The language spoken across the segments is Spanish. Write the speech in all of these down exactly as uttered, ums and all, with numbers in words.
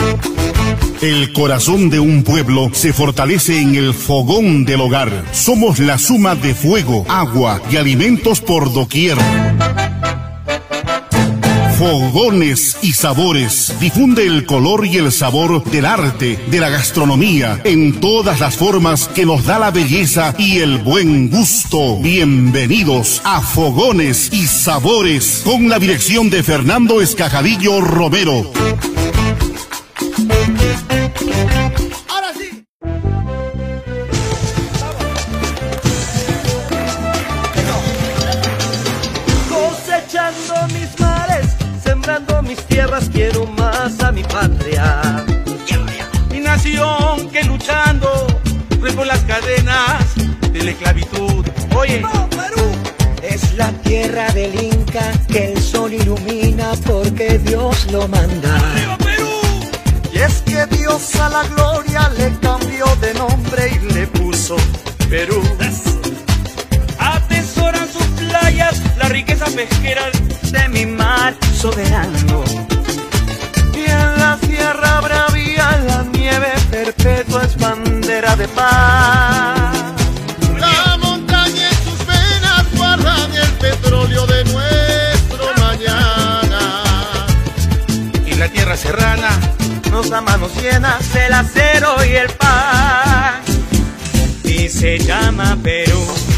El corazón de un pueblo se fortalece en el fogón del hogar. Somos la suma de fuego, agua y alimentos por doquier. Fogones y Sabores difunde el color y el sabor del arte, de la gastronomía, en todas las formas que nos da la belleza y el buen gusto. Bienvenidos a Fogones y Sabores, con la dirección de Fernando Escajadillo Romero. Ahora sí. Cosechando mis mares, sembrando mis tierras, quiero más a mi patria. Mi nación que luchando rompe las cadenas de la esclavitud. Oye, ¡No, Perú! Es la tierra del Inca que el sol ilumina porque Dios lo manda. ¡arriba Perú! Y es que Dios a la gloria le cambió de nombre y le puso Perú. Atesoran sus playas, la riqueza pesquera De mi mar soberano. Y en la sierra bravía la nieve perpetua es bandera de paz. La montaña en sus venas guardan el petróleo de nuestro mañana. y la tierra serrana. Nos da manos llenas el acero y el pan. Y se llama Perú.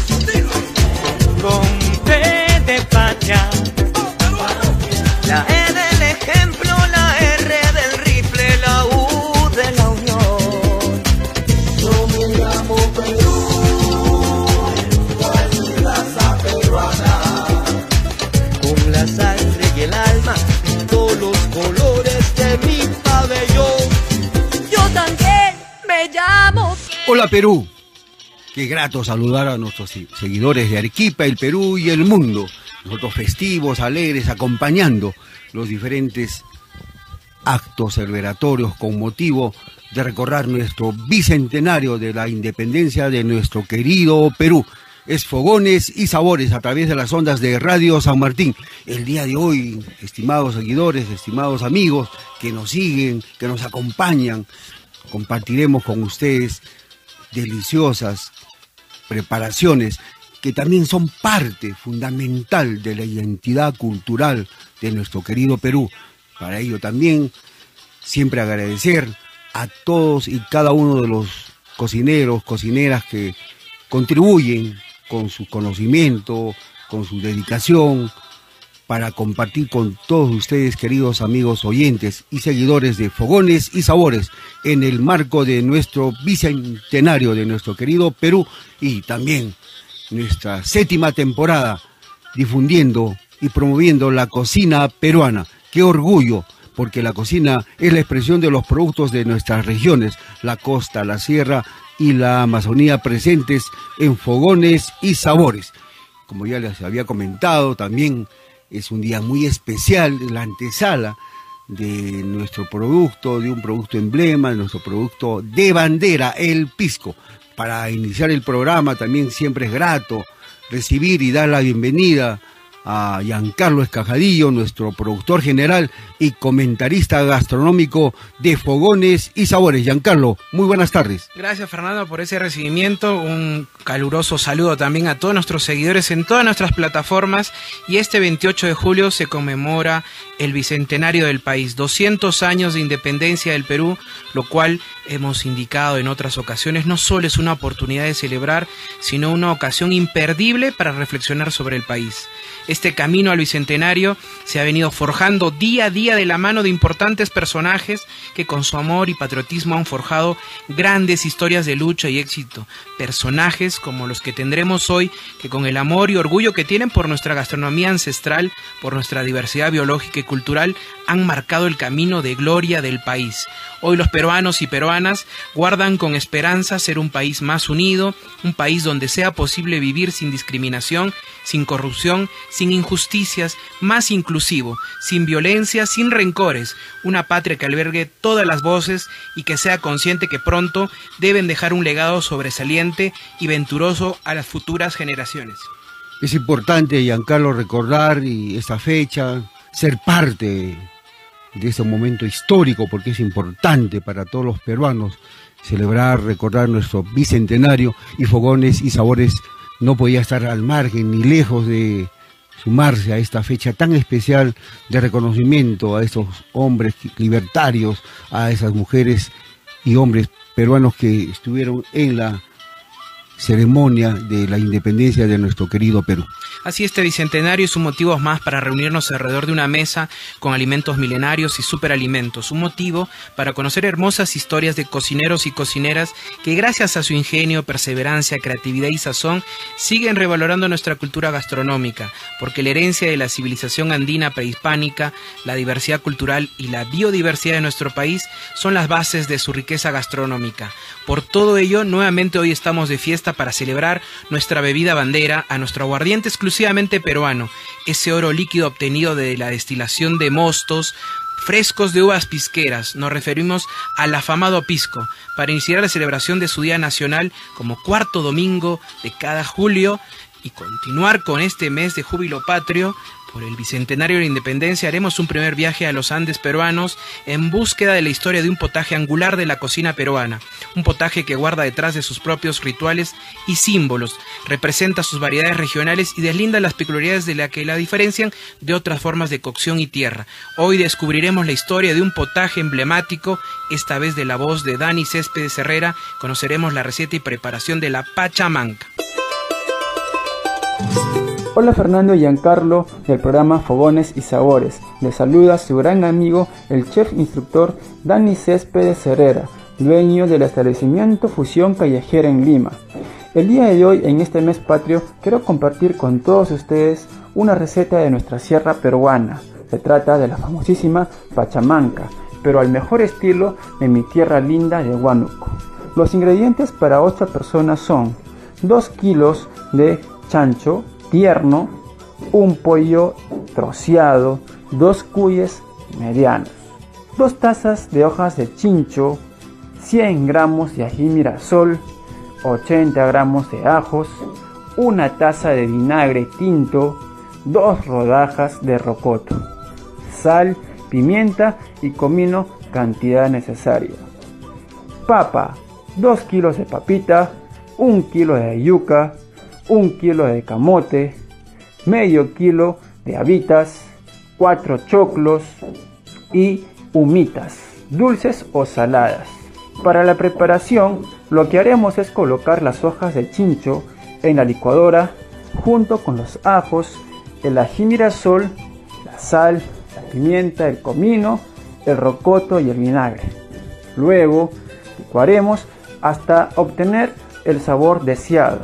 Con P de patria. La E del ejemplo, la R del rifle, la U de la unión. Yo me llamo Perú, pues mi raza peruana. Con la sangre y el alma, todos los colores de mi pabellón. Yo también me llamo. Hola Perú, qué grato saludar a nuestros seguidores de Arequipa, el Perú y el mundo. Nosotros festivos, alegres, acompañando los diferentes actos celebratorios con motivo de recordar nuestro bicentenario de la independencia de nuestro querido Perú. Es Fogones y Sabores a través de las ondas de Radio San Martín. El día de hoy, estimados seguidores, estimados amigos que nos siguen, que nos acompañan, compartiremos con ustedes deliciosas preparaciones que también son parte fundamental de la identidad cultural de nuestro querido Perú. Para ello también siempre agradecer a todos y cada uno de los cocineros, cocineras que contribuyen con su conocimiento, con su dedicación, para compartir con todos ustedes, queridos amigos oyentes y seguidores de Fogones y Sabores, en el marco de nuestro bicentenario de nuestro querido Perú y también nuestra séptima temporada, difundiendo y promoviendo la cocina peruana. ¡Qué orgullo! Porque la cocina es la expresión de los productos de nuestras regiones, la costa, la sierra y la Amazonía presentes en Fogones y Sabores. Como ya les había comentado, también es un día muy especial, la antesala de nuestro producto, de un producto emblema, de nuestro producto de bandera, el pisco. Para iniciar el programa también siempre es grato recibir y dar la bienvenida a Giancarlo Escajadillo, nuestro productor general y comentarista gastronómico de Fogones y Sabores. Giancarlo, muy buenas tardes. Gracias Fernando por ese recibimiento, un caluroso saludo también a todos nuestros seguidores en todas nuestras plataformas. Y este veintiocho de julio se conmemora el bicentenario del país, doscientos años de independencia del Perú, lo cual hemos indicado en otras ocasiones, no solo es una oportunidad de celebrar, sino una ocasión imperdible para reflexionar sobre el país. Este camino al bicentenario se ha venido forjando día a día de la mano de importantes personajes que con su amor y patriotismo han forjado grandes historias de lucha y éxito. Personajes como los que tendremos hoy, que con el amor y orgullo que tienen por nuestra gastronomía ancestral, por nuestra diversidad biológica y cultural, han marcado el camino de gloria del país. Hoy los peruanos y peruanas guardan con esperanza ser un país más unido, un país donde sea posible vivir sin discriminación, sin corrupción, sin injusticias, más inclusivo, sin violencia, sin rencores, una patria que albergue todas las voces y que sea consciente que pronto deben dejar un legado sobresaliente y venturoso a las futuras generaciones. Es importante, Giancarlo, recordar y esta fecha, ser parte de este momento histórico, porque es importante para todos los peruanos celebrar, recordar nuestro bicentenario, y Fogones y Sabores no podía estar al margen ni lejos de sumarse a esta fecha tan especial de reconocimiento a estos hombres libertarios, a esas mujeres y hombres peruanos que estuvieron en la ceremonia de la independencia de nuestro querido Perú. Así, este bicentenario es un motivo más para reunirnos alrededor de una mesa con alimentos milenarios y superalimentos, un motivo para conocer hermosas historias de cocineros y cocineras que gracias a su ingenio, perseverancia, creatividad y sazón siguen revalorando nuestra cultura gastronómica, porque la herencia de la civilización andina prehispánica, la diversidad cultural y la biodiversidad de nuestro país son las bases de su riqueza gastronómica. Por todo ello, nuevamente hoy estamos de fiesta para celebrar nuestra bebida bandera, a nuestro aguardiente exclusivamente peruano, ese oro líquido obtenido de la destilación de mostos frescos de uvas pisqueras. Nos referimos al afamado pisco, para iniciar la celebración de su Día Nacional como cuarto domingo de cada julio y continuar con este mes de júbilo patrio. Por el bicentenario de la independencia haremos un primer viaje a los Andes peruanos en búsqueda de la historia de un potaje angular de la cocina peruana, un potaje que guarda detrás de sus propios rituales y símbolos, representa sus variedades regionales y deslinda las peculiaridades de la que la diferencian de otras formas de cocción y tierra. Hoy descubriremos la historia de un potaje emblemático, esta vez de la voz de Dani Céspedes Herrera. Conoceremos la receta y preparación de la pachamanca. Hola Fernando y Giancarlo del programa Fogones y Sabores. Les saluda su gran amigo, el chef instructor Dani Céspedes Herrera, dueño del establecimiento Fusión Callejera en Lima. El día de hoy, en este mes patrio, quiero compartir con todos ustedes una receta de nuestra sierra peruana. Se trata de la famosísima pachamanca, pero al mejor estilo de mi tierra linda de Huánuco. Los ingredientes para ocho personas son dos kilos de chancho tierno, un pollo troceado, dos cuyes medianos, dos tazas de hojas de chincho, cien gramos de ají mirasol, ochenta gramos de ajos, una taza de vinagre tinto, dos rodajas de rocoto, sal, pimienta y comino cantidad necesaria. Papa, dos kilos de papita, un kilo de yuca, un kilo de camote, medio kilo de habitas, cuatro choclos y humitas, dulces o saladas. Para la preparación, lo que haremos es colocar las hojas de chincho en la licuadora junto con los ajos, el ají mirasol, la sal, la pimienta, el comino, el rocoto y el vinagre. Luego licuaremos hasta obtener el sabor deseado.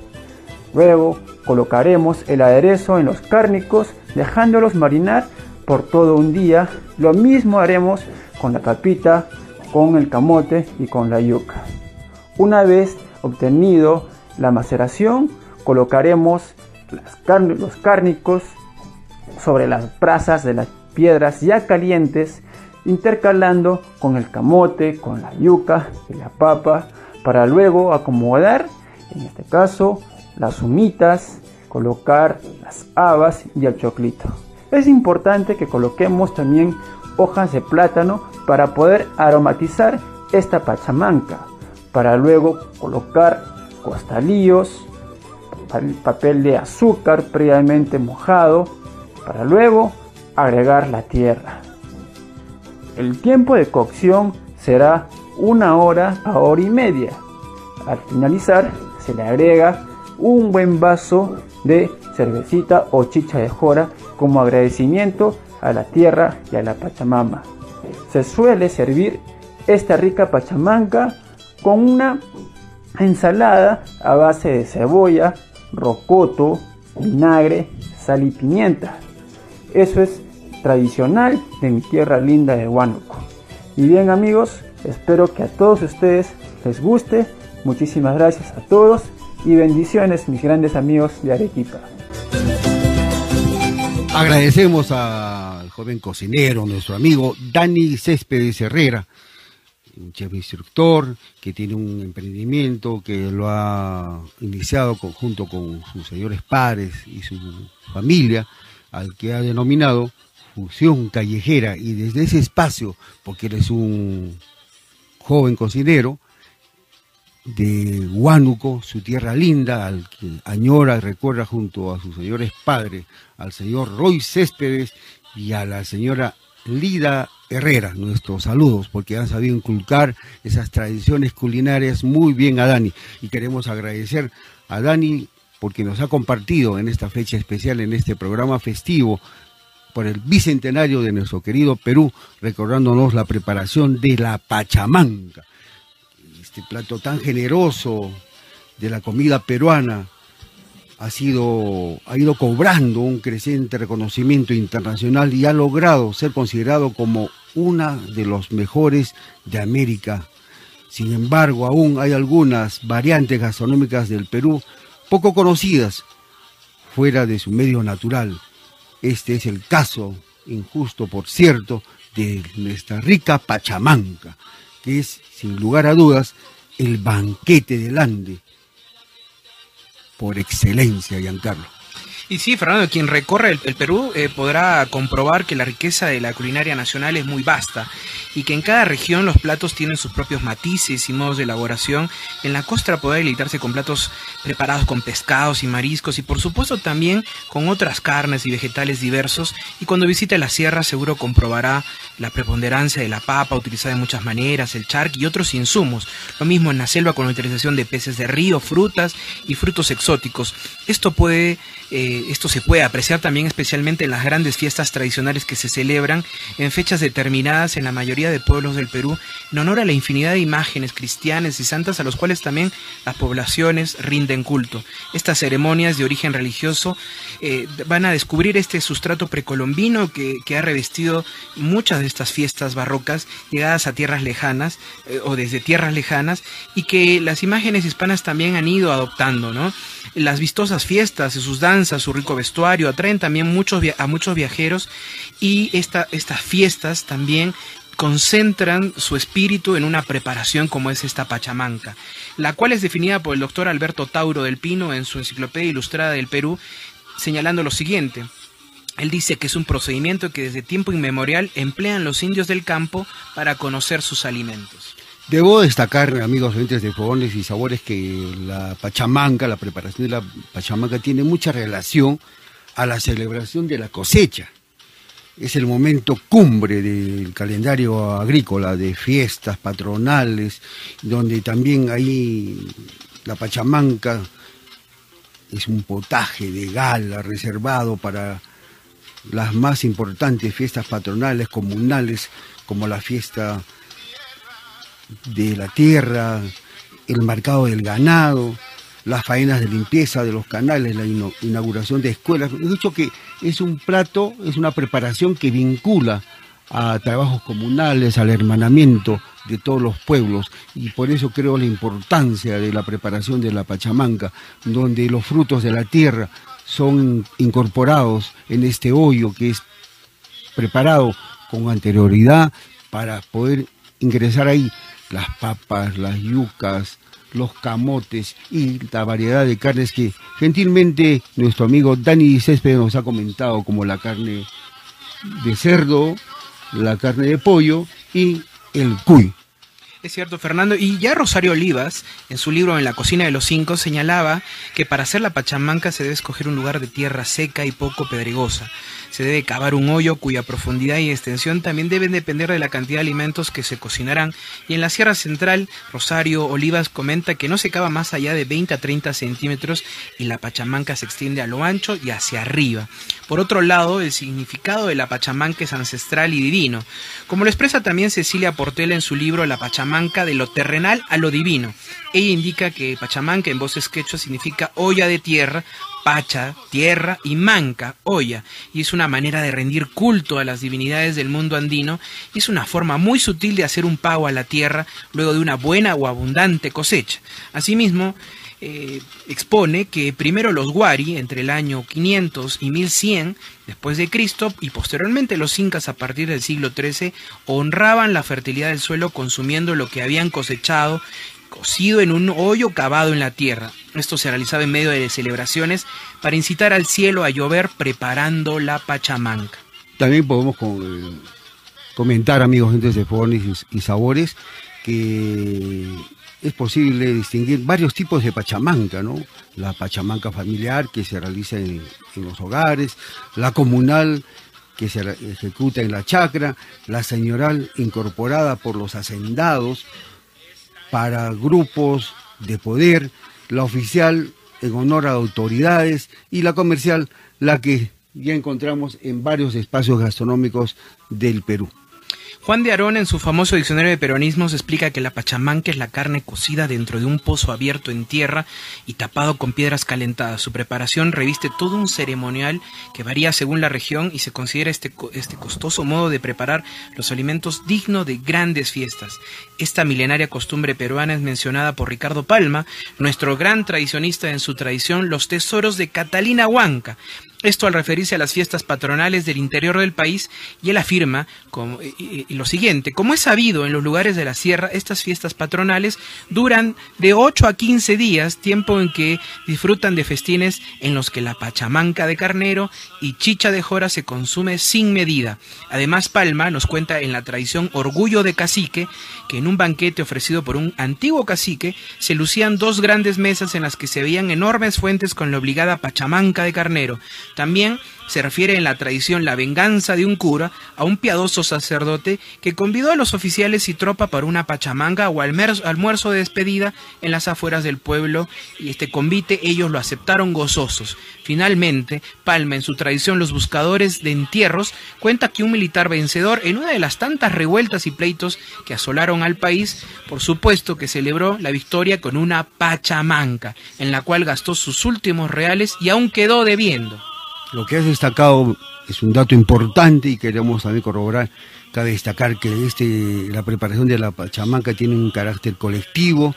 Luego colocaremos el aderezo en los cárnicos, dejándolos marinar por todo un día. Lo mismo haremos con la papita, con el camote y con la yuca. Una vez obtenido la maceración, colocaremos las carn- los cárnicos sobre las brasas de las piedras ya calientes, intercalando con el camote, con la yuca y la papa, para luego acomodar, en este caso, las humitas, colocar las habas y el choclito. Es importante que coloquemos también hojas de plátano para poder aromatizar esta pachamanca, para luego colocar costalillos, papel de azúcar previamente mojado, para luego agregar la tierra. El tiempo de cocción será una hora a hora y media. Al finalizar se le agrega un buen vaso de cervecita o chicha de jora como agradecimiento a la tierra y a la Pachamama. Se suele servir esta rica pachamanca con una ensalada a base de cebolla, rocoto, vinagre, sal y pimienta. Eso es tradicional de mi tierra linda de Huánuco. Y bien amigos, espero que a todos ustedes les guste. Muchísimas gracias a todos y bendiciones, mis grandes amigos de Arequipa. Agradecemos al joven cocinero, nuestro amigo Dani Céspedes Herrera, un chef instructor que tiene un emprendimiento que lo ha iniciado junto con sus señores padres y su familia, al que ha denominado fusión callejera, y desde ese espacio, porque él es un joven cocinero de Huánuco, su tierra linda, al que añora y recuerda junto a sus señores padres, al señor Roy Céspedes y a la señora Lida Herrera, nuestros saludos, porque han sabido inculcar esas tradiciones culinarias muy bien a Dani, y queremos agradecer a Dani porque nos ha compartido en esta fecha especial, en este programa festivo por el bicentenario de nuestro querido Perú, recordándonos la preparación de la pachamanca, este plato tan generoso de la comida peruana. Ha sido, ha ido cobrando un creciente reconocimiento internacional y ha logrado ser considerado como una de los mejores de América. Sin embargo, aún hay algunas variantes gastronómicas del Perú poco conocidas fuera de su medio natural. Este es el caso, injusto por cierto, de nuestra rica pachamanca, que es, sin lugar a dudas, el banquete del Ande por excelencia, Giancarlo. Y sí, Fernando, quien recorre el, el Perú eh, podrá comprobar que la riqueza de la culinaria nacional es muy vasta y que en cada región los platos tienen sus propios matices y modos de elaboración. En la costa podrá deleitarse con platos preparados con pescados y mariscos y por supuesto también con otras carnes y vegetales diversos, y cuando visite la sierra seguro comprobará la preponderancia de la papa utilizada de muchas maneras, el charqui y otros insumos. Lo mismo en la selva con la utilización de peces de río, frutas y frutos exóticos. Esto puede... Eh, esto se puede apreciar también especialmente en las grandes fiestas tradicionales que se celebran en fechas determinadas en la mayoría de pueblos del Perú, en honor a la infinidad de imágenes cristianas y santas a los cuales también las poblaciones rinden culto. Estas ceremonias de origen religioso eh, van a descubrir este sustrato precolombino que, que ha revestido muchas de estas fiestas barrocas llegadas a tierras lejanas eh, o desde tierras lejanas, y que las imágenes hispanas también han ido adoptando, ¿no? Las vistosas fiestas y sus danzas, su rico vestuario atraen también muchos a muchos viajeros, y esta, estas fiestas también concentran su espíritu en una preparación como es esta pachamanca, la cual es definida por el doctor Alberto Tauro del Pino en su Enciclopedia Ilustrada del Perú, señalando lo siguiente. Él dice que es un procedimiento que desde tiempo inmemorial emplean los indios del campo para conocer sus alimentos. Debo destacar, amigos oyentes de Fogones y Sabores, que la pachamanca, la preparación de la pachamanca tiene mucha relación a la celebración de la cosecha. Es el momento cumbre del calendario agrícola, de fiestas patronales, donde también ahí la pachamanca es un potaje de gala reservado para las más importantes fiestas patronales comunales, como la fiesta de la tierra, el mercado del ganado, las faenas de limpieza de los canales, la inauguración de escuelas. He dicho que es un plato, es una preparación que vincula a trabajos comunales, al hermanamiento de todos los pueblos, y por eso creo la importancia de la preparación de la pachamanca, donde los frutos de la tierra son incorporados en este hoyo que es preparado con anterioridad para poder ingresar ahí las papas, las yucas, los camotes y la variedad de carnes que gentilmente nuestro amigo Dani Céspedes nos ha comentado, como la carne de cerdo, la carne de pollo y el cuy. Es cierto, Fernando, y ya Rosario Olivas, en su libro En la cocina de los cinco, señalaba que para hacer la pachamanca se debe escoger un lugar de tierra seca y poco pedregosa. Se debe cavar un hoyo cuya profundidad y extensión también deben depender de la cantidad de alimentos que se cocinarán. Y en la Sierra Central, Rosario Olivas comenta que no se cava más allá de veinte a treinta centímetros y la pachamanca se extiende a lo ancho y hacia arriba. Por otro lado, el significado de la pachamanca es ancestral y divino, como lo expresa también Cecilia Portela en su libro La pachamanca, de lo terrenal a lo divino. Ella indica que pachamanca en voces quechua significa olla de tierra, pacha, tierra, y manca, olla, y es una manera de rendir culto a las divinidades del mundo andino, y es una forma muy sutil de hacer un pago a la tierra luego de una buena o abundante cosecha. Asimismo, eh, expone que primero los Wari, entre el año quinientos y mil cien después de Cristo, y posteriormente los incas a partir del siglo trece, honraban la fertilidad del suelo consumiendo lo que habían cosechado, cocido en un hoyo cavado en la tierra. Esto se realizaba en medio de celebraciones para incitar al cielo a llover, preparando la pachamanca. también podemos con, eh, comentar, amigos, gentes de Fogones y, y Sabores, que es posible distinguir varios tipos de pachamanca, ¿no? La pachamanca familiar, que se realiza en, en los hogares, la comunal, que se ejecuta en la chacra, la señoral, incorporada por los hacendados para grupos de poder, la oficial, en honor a autoridades, y la comercial, la que ya encontramos en varios espacios gastronómicos del Perú. Juan de Arón, en su famoso diccionario de peronismos, explica que la pachamanca es la carne cocida dentro de un pozo abierto en tierra y tapado con piedras calentadas. Su preparación reviste todo un ceremonial que varía según la región y se considera este, este costoso modo de preparar los alimentos digno de grandes fiestas. Esta milenaria costumbre peruana es mencionada por Ricardo Palma, nuestro gran tradicionista en su tradición Los Tesoros de Catalina Huanca. Esto al referirse a las fiestas patronales del interior del país, y él afirma como, y, y lo siguiente: como es sabido, en los lugares de la sierra estas fiestas patronales duran de ocho a quince días, tiempo en que disfrutan de festines en los que la pachamanca de carnero y chicha de jora se consume sin medida. Además, Palma nos cuenta en la tradición Orgullo de Cacique que en un banquete ofrecido por un antiguo cacique se lucían dos grandes mesas en las que se veían enormes fuentes con la obligada pachamanca de carnero. También se refiere en la tradición La venganza de un cura a un piadoso sacerdote que convidó a los oficiales y tropa para una pachamanga o almuerzo de despedida en las afueras del pueblo, y este convite ellos lo aceptaron gozosos. Finalmente, Palma, en su tradición Los buscadores de entierros, cuenta que un militar vencedor en una de las tantas revueltas y pleitos que asolaron al país, por supuesto que celebró la victoria con una pachamanca, en la cual gastó sus últimos reales y aún quedó debiendo. Lo que has destacado es un dato importante y queremos también corroborar. Cabe destacar que este, la preparación de la pachamanca tiene un carácter colectivo,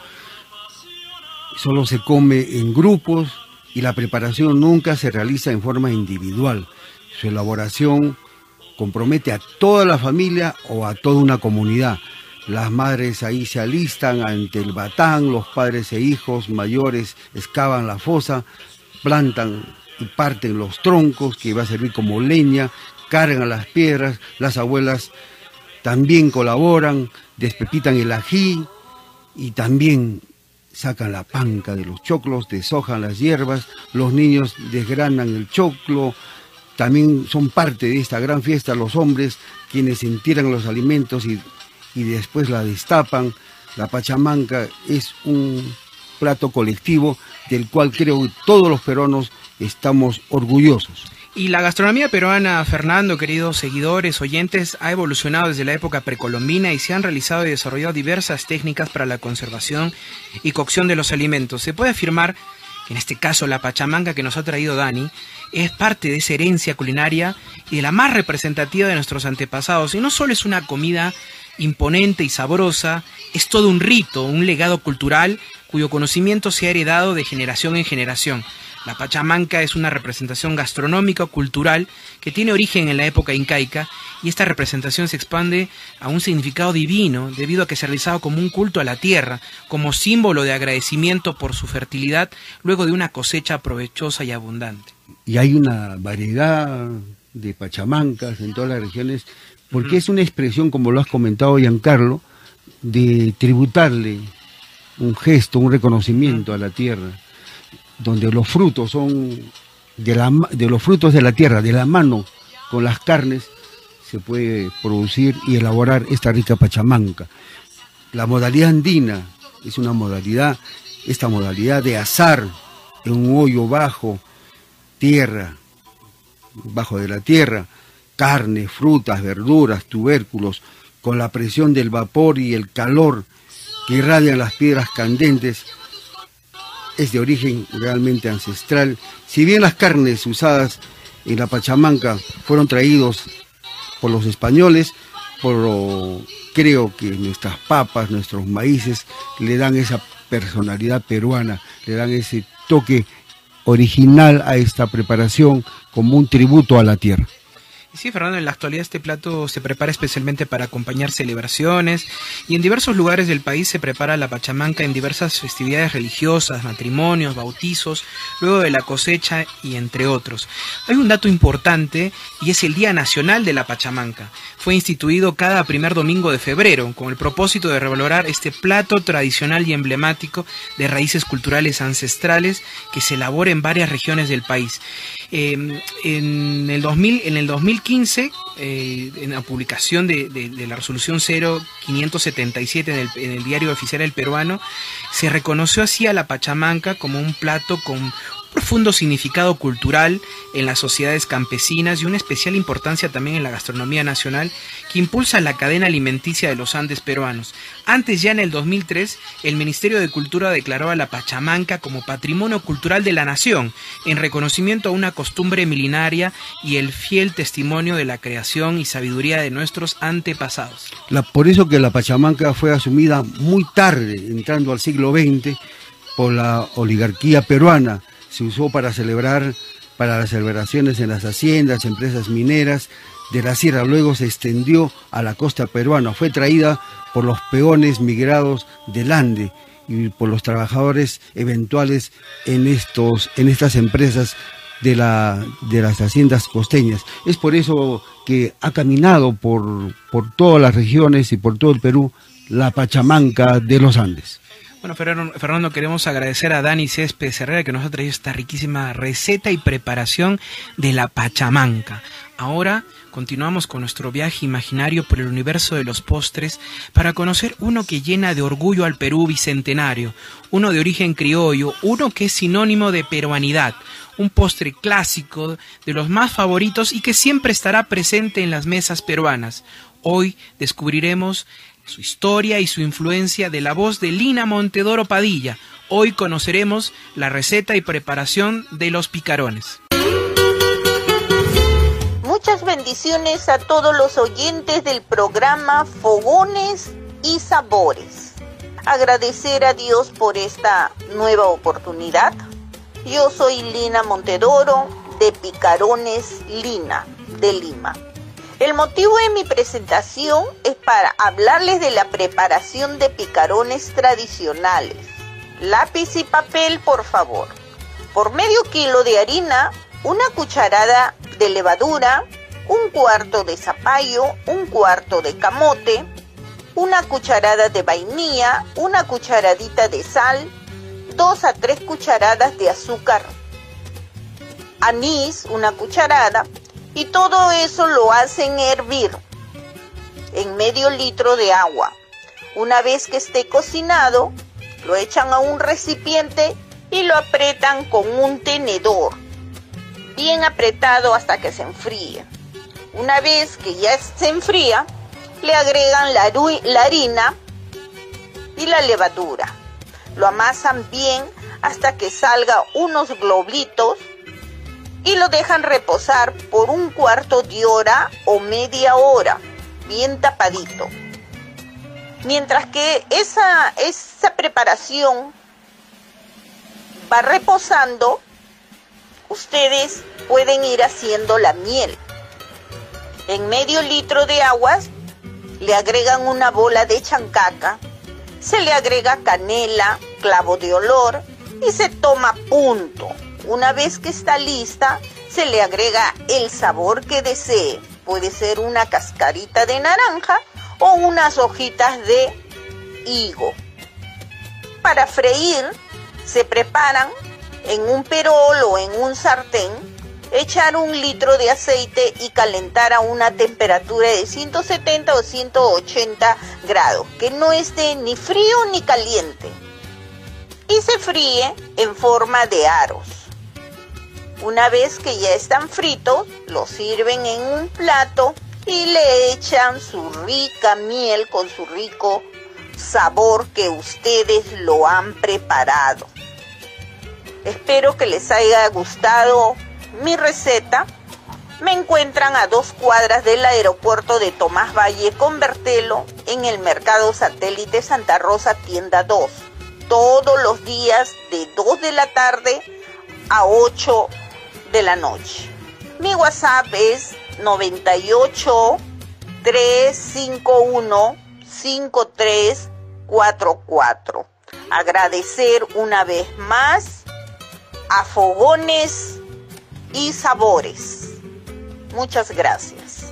solo se come en grupos y la preparación nunca se realiza en forma individual. Su elaboración compromete a toda la familia o a toda una comunidad. Las madres ahí se alistan ante el batán, los padres e hijos mayores excavan la fosa, plantan y parten los troncos que va a servir como leña, cargan las piedras, las abuelas también colaboran, despepitan el ají y también sacan la panca de los choclos, deshojan las hierbas, los niños desgranan el choclo, también son parte de esta gran fiesta los hombres quienes entierran los alimentos y, y después la destapan. La pachamanca es un plato colectivo del cual creo que todos los peruanos estamos orgullosos. Y la gastronomía peruana, Fernando, queridos seguidores, oyentes, ha evolucionado desde la época precolombina y se han realizado y desarrollado diversas técnicas para la conservación y cocción de los alimentos. Se puede afirmar que en este caso la pachamanca que nos ha traído Dani es parte de esa herencia culinaria y de la más representativa de nuestros antepasados. Y no solo es una comida imponente y sabrosa, es todo un rito, un legado cultural cuyo conocimiento se ha heredado de generación en generación. La pachamanca es una representación gastronómica o cultural que tiene origen en la época incaica, y esta representación se expande a un significado divino debido a que se realizaba como un culto a la tierra, como símbolo de agradecimiento por su fertilidad luego de una cosecha provechosa y abundante. Y hay una variedad de pachamancas en todas las regiones, porque es una expresión, como lo has comentado, Giancarlo, de tributarle un gesto, un reconocimiento a la tierra, donde los frutos son de, la, de los frutos de la tierra, de la mano con las carnes, se puede producir y elaborar esta rica pachamanca. La modalidad andina es una modalidad, esta modalidad de asar en un hoyo bajo tierra, bajo de la tierra, carne, frutas, verduras, tubérculos, con la presión del vapor y el calor que irradian las piedras candentes, es de origen realmente ancestral. Si bien las carnes usadas en la pachamanca fueron traídos por los españoles, por, creo que nuestras papas, nuestros maíces, le dan esa personalidad peruana, le dan ese toque original a esta preparación como un tributo a la tierra. Y sí, Fernando, en la actualidad este plato se prepara especialmente para acompañar celebraciones y en diversos lugares del país se prepara la pachamanca en diversas festividades religiosas, matrimonios, bautizos, luego de la cosecha y entre otros. Hay un dato importante y es el Día Nacional de la Pachamanca. Fue instituido cada primer domingo de febrero con el propósito de revalorar este plato tradicional y emblemático de raíces culturales ancestrales que se elabora en varias regiones del país. Eh, en el dos mil, en el dos mil quince, eh, en la publicación de, de, de la resolución cero quinientos setenta y siete en el, en el Diario Oficial del Peruano, se reconoció así a la pachamanca como un plato con profundo significado cultural en las sociedades campesinas y una especial importancia también en la gastronomía nacional que impulsa la cadena alimenticia de los Andes peruanos. Antes, ya en el dos mil tres, el Ministerio de Cultura declaró a la pachamanca como Patrimonio Cultural de la Nación, en reconocimiento a una costumbre milenaria y el fiel testimonio de la creación y sabiduría de nuestros antepasados. La, por eso que la pachamanca fue asumida muy tarde, entrando al siglo veinte, por la oligarquía peruana. Se usó para celebrar, para las celebraciones en las haciendas, empresas mineras de la sierra. Luego se extendió a la costa peruana. Fue traída por los peones migrados del Ande y por los trabajadores eventuales en, estos, en estas empresas de, la, de las haciendas costeñas. Es por eso que ha caminado por, por todas las regiones y por todo el Perú la pachamanca de los Andes. Bueno, Fernando, queremos agradecer a Dani Céspedes Herrera que nos ha traído esta riquísima receta y preparación de la pachamanca. Ahora continuamos con nuestro viaje imaginario por el universo de los postres para conocer uno que llena de orgullo al Perú bicentenario, uno de origen criollo, uno que es sinónimo de peruanidad, un postre clásico de los más favoritos y que siempre estará presente en las mesas peruanas. Hoy descubriremos su historia y su influencia de la voz de Lina Montedoro Padilla. Hoy conoceremos la receta y preparación de los picarones. Muchas bendiciones a todos los oyentes del programa Fogones y Sabores. Agradecer a Dios por esta nueva oportunidad. Yo soy Lina Montedoro de Picarones Lina de Lima. El motivo de mi presentación es para hablarles de la preparación de picarones tradicionales. Lápiz y papel, por favor. Por medio kilo de harina, una cucharada de levadura, un cuarto de zapallo, un cuarto de camote, una cucharada de vainilla, una cucharadita de sal, dos a tres cucharadas de azúcar, anís, una cucharada, y todo eso lo hacen hervir en medio litro de agua. Una vez que esté cocinado, lo echan a un recipiente y lo apretan con un tenedor, bien apretado hasta que se enfríe. Una vez que ya se enfría, le agregan la, la harina y la levadura. Lo amasan bien hasta que salga unos globitos y lo dejan reposar por un cuarto de hora o media hora, bien tapadito. Mientras que esa, esa preparación va reposando, ustedes pueden ir haciendo la miel. En medio litro de agua le agregan una bola de chancaca, se le agrega canela, clavo de olor y se toma punto. Una vez que está lista, se le agrega el sabor que desee. Puede ser una cascarita de naranja o unas hojitas de higo. Para freír, se preparan en un perol o en un sartén, echar un litro de aceite y calentar a una temperatura de ciento setenta o ciento ochenta grados, que no esté ni frío ni caliente. Y se fríe en forma de aros. Una vez que ya están fritos, los sirven en un plato y le echan su rica miel con su rico sabor que ustedes lo han preparado. Espero que les haya gustado mi receta. Me encuentran a dos cuadras del aeropuerto de Tomás Valle con Bertelo en el Mercado Satélite Santa Rosa, tienda dos. Todos los días de dos de la tarde a ocho de la noche. Mi WhatsApp es noventa y ocho, tres cinco uno, cinco tres cuatro cuatro. Agradecer una vez más a Fogones y Sabores. Muchas gracias.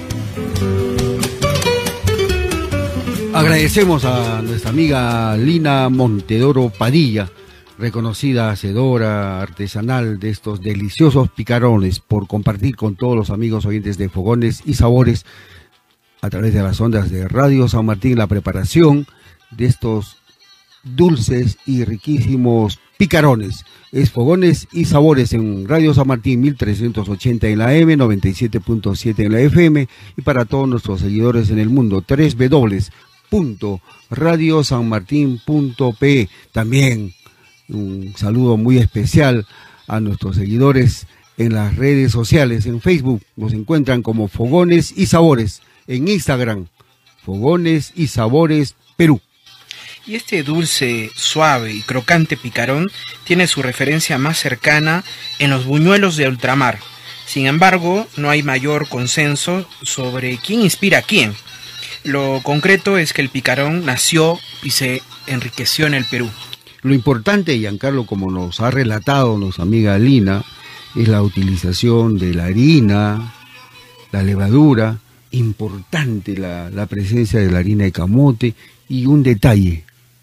Agradecemos a nuestra amiga Lina Montedoro Padilla, reconocida hacedora artesanal de estos deliciosos picarones, por compartir con todos los amigos oyentes de Fogones y Sabores a través de las ondas de Radio San Martín la preparación de estos dulces y riquísimos picarones. Es Fogones y Sabores en Radio San Martín mil trescientos ochenta en la A M, noventa y siete punto siete en la F M, y para todos nuestros seguidores en el mundo, w w w punto radio san martín punto p e. También un saludo muy especial a nuestros seguidores en las redes sociales. En Facebook nos encuentran como Fogones y Sabores, en Instagram Fogones y Sabores Perú. Y este dulce, suave y crocante picarón tiene su referencia más cercana en los buñuelos de ultramar. Sin embargo, no hay mayor consenso sobre quién inspira a quién. Lo concreto es que el picarón nació y se enriqueció en el Perú. Lo importante, Giancarlo, como nos ha relatado nuestra amiga Lina, es la utilización de la harina, la levadura, importante la, la presencia de la harina de camote, y un detalle,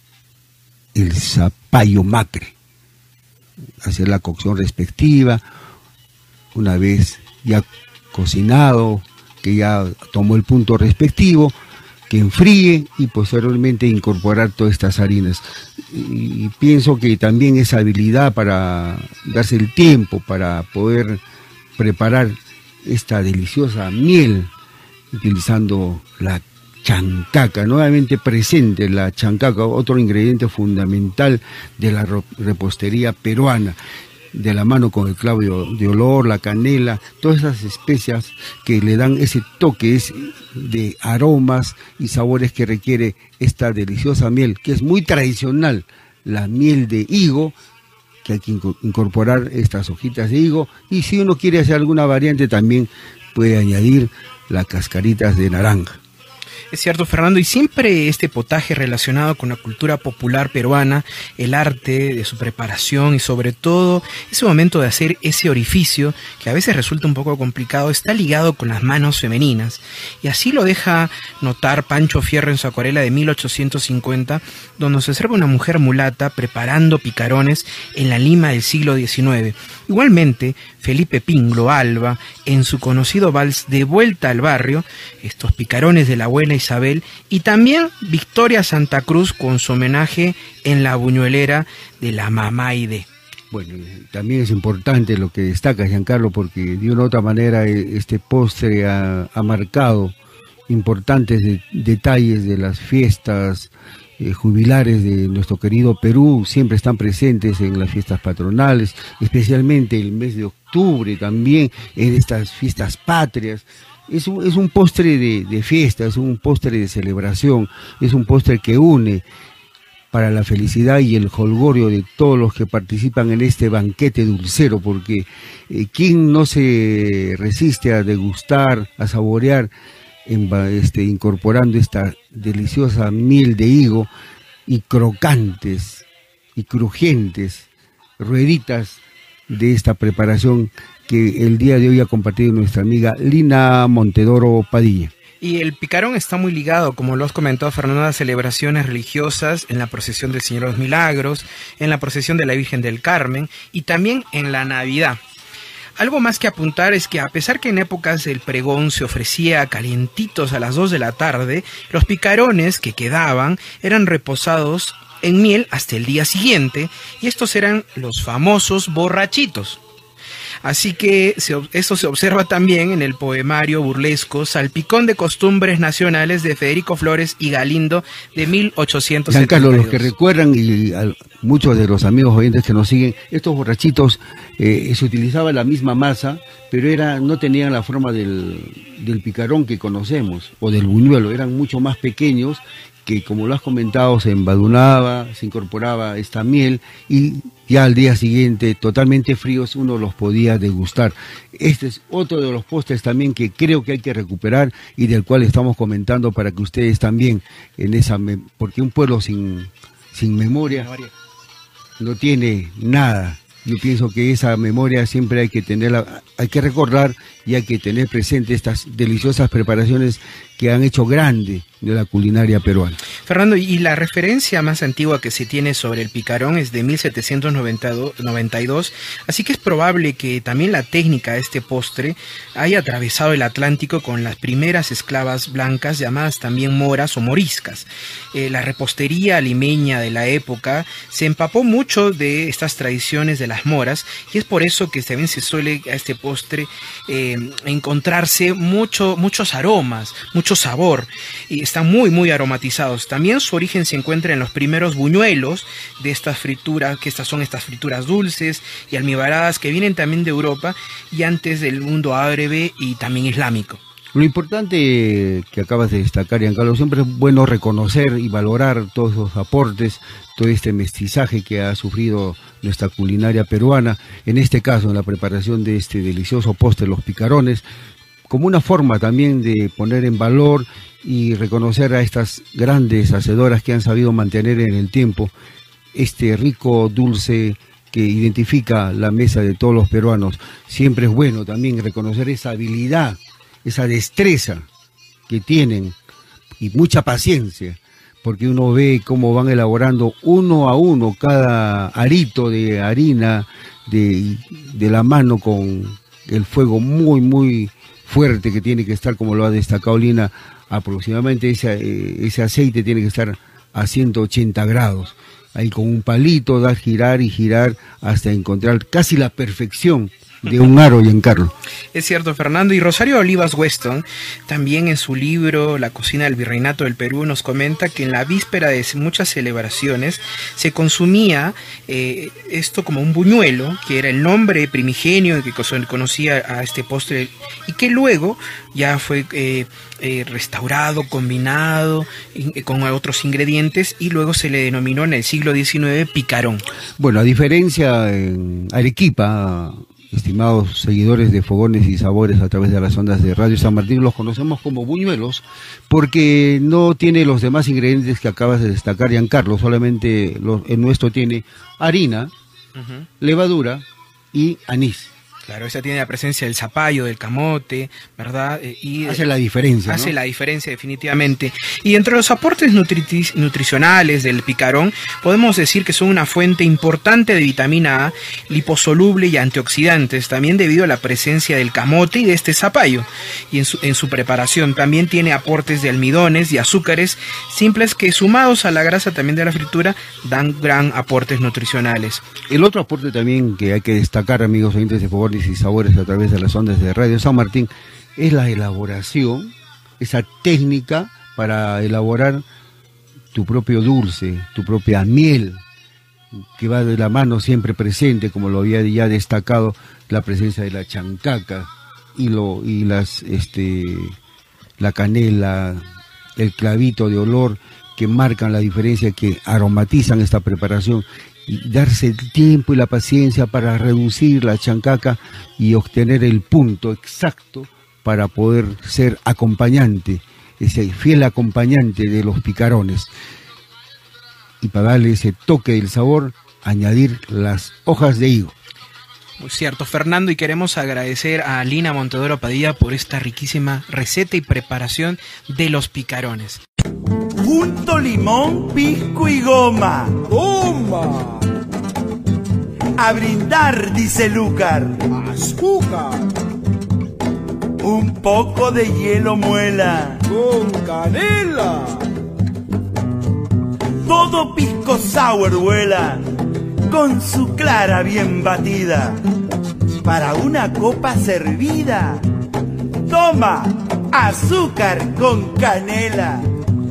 el zapallo macre. Hacer la cocción respectiva, una vez ya cocinado, que ya tomó el punto respectivo, que enfríe y posteriormente incorporar todas estas harinas. Y pienso que también esa habilidad para darse el tiempo para poder preparar esta deliciosa miel utilizando la chancaca, nuevamente presente la chancaca, otro ingrediente fundamental de la repostería peruana, de la mano con el clavo de olor, la canela, todas esas especias que le dan ese toque de aromas y sabores que requiere esta deliciosa miel, que es muy tradicional, la miel de higo, que hay que incorporar estas hojitas de higo, y si uno quiere hacer alguna variante también puede añadir las cascaritas de naranja. Es cierto, Fernando, y siempre este potaje relacionado con la cultura popular peruana, el arte de su preparación y sobre todo ese momento de hacer ese orificio, que a veces resulta un poco complicado, está ligado con las manos femeninas. Y así lo deja notar Pancho Fierro en su acuarela de mil ochocientos cincuenta, donde se observa una mujer mulata preparando picarones en la Lima del siglo diecinueve. Igualmente, Felipe Pinglo Alba, en su conocido vals De Vuelta al Barrio, estos picarones de la abuela Isabel, y también Victoria Santa Cruz con su homenaje en la buñuelera de la mamá Ide. Bueno, también es importante lo que destaca Giancarlo, porque de una u otra manera este postre ha, ha marcado importantes de, detalles de las fiestas eh, jubilares de nuestro querido Perú. Siempre están presentes en las fiestas patronales, especialmente el mes de octubre también, en estas fiestas patrias. Es un, es un postre de, de fiesta, es un postre de celebración, es un postre que une para la felicidad y el jolgorio de todos los que participan en este banquete dulcero, porque eh, ¿quién no se resiste a degustar, a saborear, en, este, incorporando esta deliciosa miel de higo y crocantes y crujientes rueditas de esta preparación que el día de hoy ha compartido nuestra amiga Lina Montedoro Padilla? Y el picarón está muy ligado, como lo has comentado, Fernando, a celebraciones religiosas, en la procesión del Señor de los Milagros, en la procesión de la Virgen del Carmen y también en la Navidad. Algo más que apuntar es que a pesar que en épocas del pregón se ofrecía calientitos a las dos de la tarde, los picarones que quedaban eran reposados en miel hasta el día siguiente, y estos eran los famosos borrachitos. Así que se, esto se observa también en el poemario burlesco Salpicón de Costumbres Nacionales de Federico Flores y Galindo de mil ochocientos setenta y dos. Giancarlo, los que recuerdan, y a muchos de los amigos oyentes que nos siguen, estos borrachitos eh, se utilizaba la misma masa, pero era, no tenían la forma del, del picarón que conocemos, o del buñuelo, eran mucho más pequeños que, como lo has comentado, se embadurnaba, se incorporaba esta miel y ya al día siguiente, totalmente fríos, uno los podía degustar. Este es otro de los postres también que creo que hay que recuperar y del cual estamos comentando para que ustedes también, en esa porque un pueblo sin, sin memoria no tiene nada. Yo pienso que esa memoria siempre hay que tenerla, hay que recordar y hay que tener presente estas deliciosas preparaciones que han hecho grande de la culinaria peruana. Fernando, y la referencia más antigua que se tiene sobre el picarón es de mil setecientos noventa y dos, así que es probable que también la técnica de este postre haya atravesado el Atlántico con las primeras esclavas blancas llamadas también moras o moriscas. Eh, la repostería limeña de la época se empapó mucho de estas tradiciones de las moras y es por eso que también se suele a este postre eh, encontrarse mucho, muchos aromas, mucho sabor, y están muy muy aromatizados. También su origen se encuentra en los primeros buñuelos de estas frituras, que estas son estas frituras dulces y almibaradas que vienen también de Europa y antes del mundo árabe y también islámico. Lo importante que acabas de destacar, Giancarlo, siempre es bueno reconocer y valorar todos los aportes, todo este mestizaje que ha sufrido nuestra culinaria peruana, en este caso en la preparación de este delicioso postre, los picarones, como una forma también de poner en valor y reconocer a estas grandes hacedoras que han sabido mantener en el tiempo este rico dulce que identifica la mesa de todos los peruanos. Siempre es bueno también reconocer esa habilidad, esa destreza que tienen y mucha paciencia, porque uno ve cómo van elaborando uno a uno cada arito de harina de, de la mano con el fuego muy muy fuerte que tiene que estar, como lo ha destacado Lina, aproximadamente ese, ese aceite tiene que estar a ciento ochenta grados. Ahí con un palito das girar y girar hasta encontrar casi la perfección de un aro, Giancarlo. Es cierto, Fernando. Y Rosario Olivas Weston, también en su libro La cocina del virreinato del Perú, nos comenta que en la víspera de muchas celebraciones se consumía eh, esto como un buñuelo, que era el nombre primigenio que conocía a este postre, y que luego ya fue eh, eh, restaurado, combinado eh, con otros ingredientes, y luego se le denominó en el siglo diecinueve picarón. Bueno, a diferencia en Arequipa, estimados seguidores de Fogones y Sabores a través de las ondas de Radio San Martín, los conocemos como buñuelos porque no tiene los demás ingredientes que acabas de destacar, Giancarlo. Solamente los, el nuestro tiene harina, uh-huh. levadura y anís. Claro, esa tiene la presencia del zapallo, del camote, ¿verdad? Y hace la diferencia, Hace ¿no? la diferencia, definitivamente. Y entre los aportes nutri nutricionales del picarón, podemos decir que son una fuente importante de vitamina A, liposoluble y antioxidantes, también debido a la presencia del camote y de este zapallo. Y en su, en su preparación también tiene aportes de almidones y azúcares simples que, sumados a la grasa también de la fritura, dan gran aportes nutricionales. El otro aporte también que hay que destacar, amigos oyentes de Fogones y Sabores a través de las ondas de Radio San Martín, es la elaboración, esa técnica para elaborar tu propio dulce, tu propia miel, que va de la mano siempre presente, como lo había ya destacado, la presencia de la chancaca y lo y las este la canela, el clavito de olor que marcan la diferencia, que aromatizan esta preparación. Y darse el tiempo y la paciencia para reducir la chancaca y obtener el punto exacto para poder ser acompañante, ese fiel acompañante de los picarones. Y para darle ese toque del sabor, añadir las hojas de higo. Muy cierto, Fernando, y queremos agradecer a Lina Montedoro Padilla por esta riquísima receta y preparación de los picarones. Junto limón, pisco y goma. ¡Goma! A brindar, dice Lúcar. ¡Azúcar! Un poco de hielo muela. ¡Con canela! Todo pisco sour vuela, con su clara bien batida. Para una copa servida, toma azúcar con canela.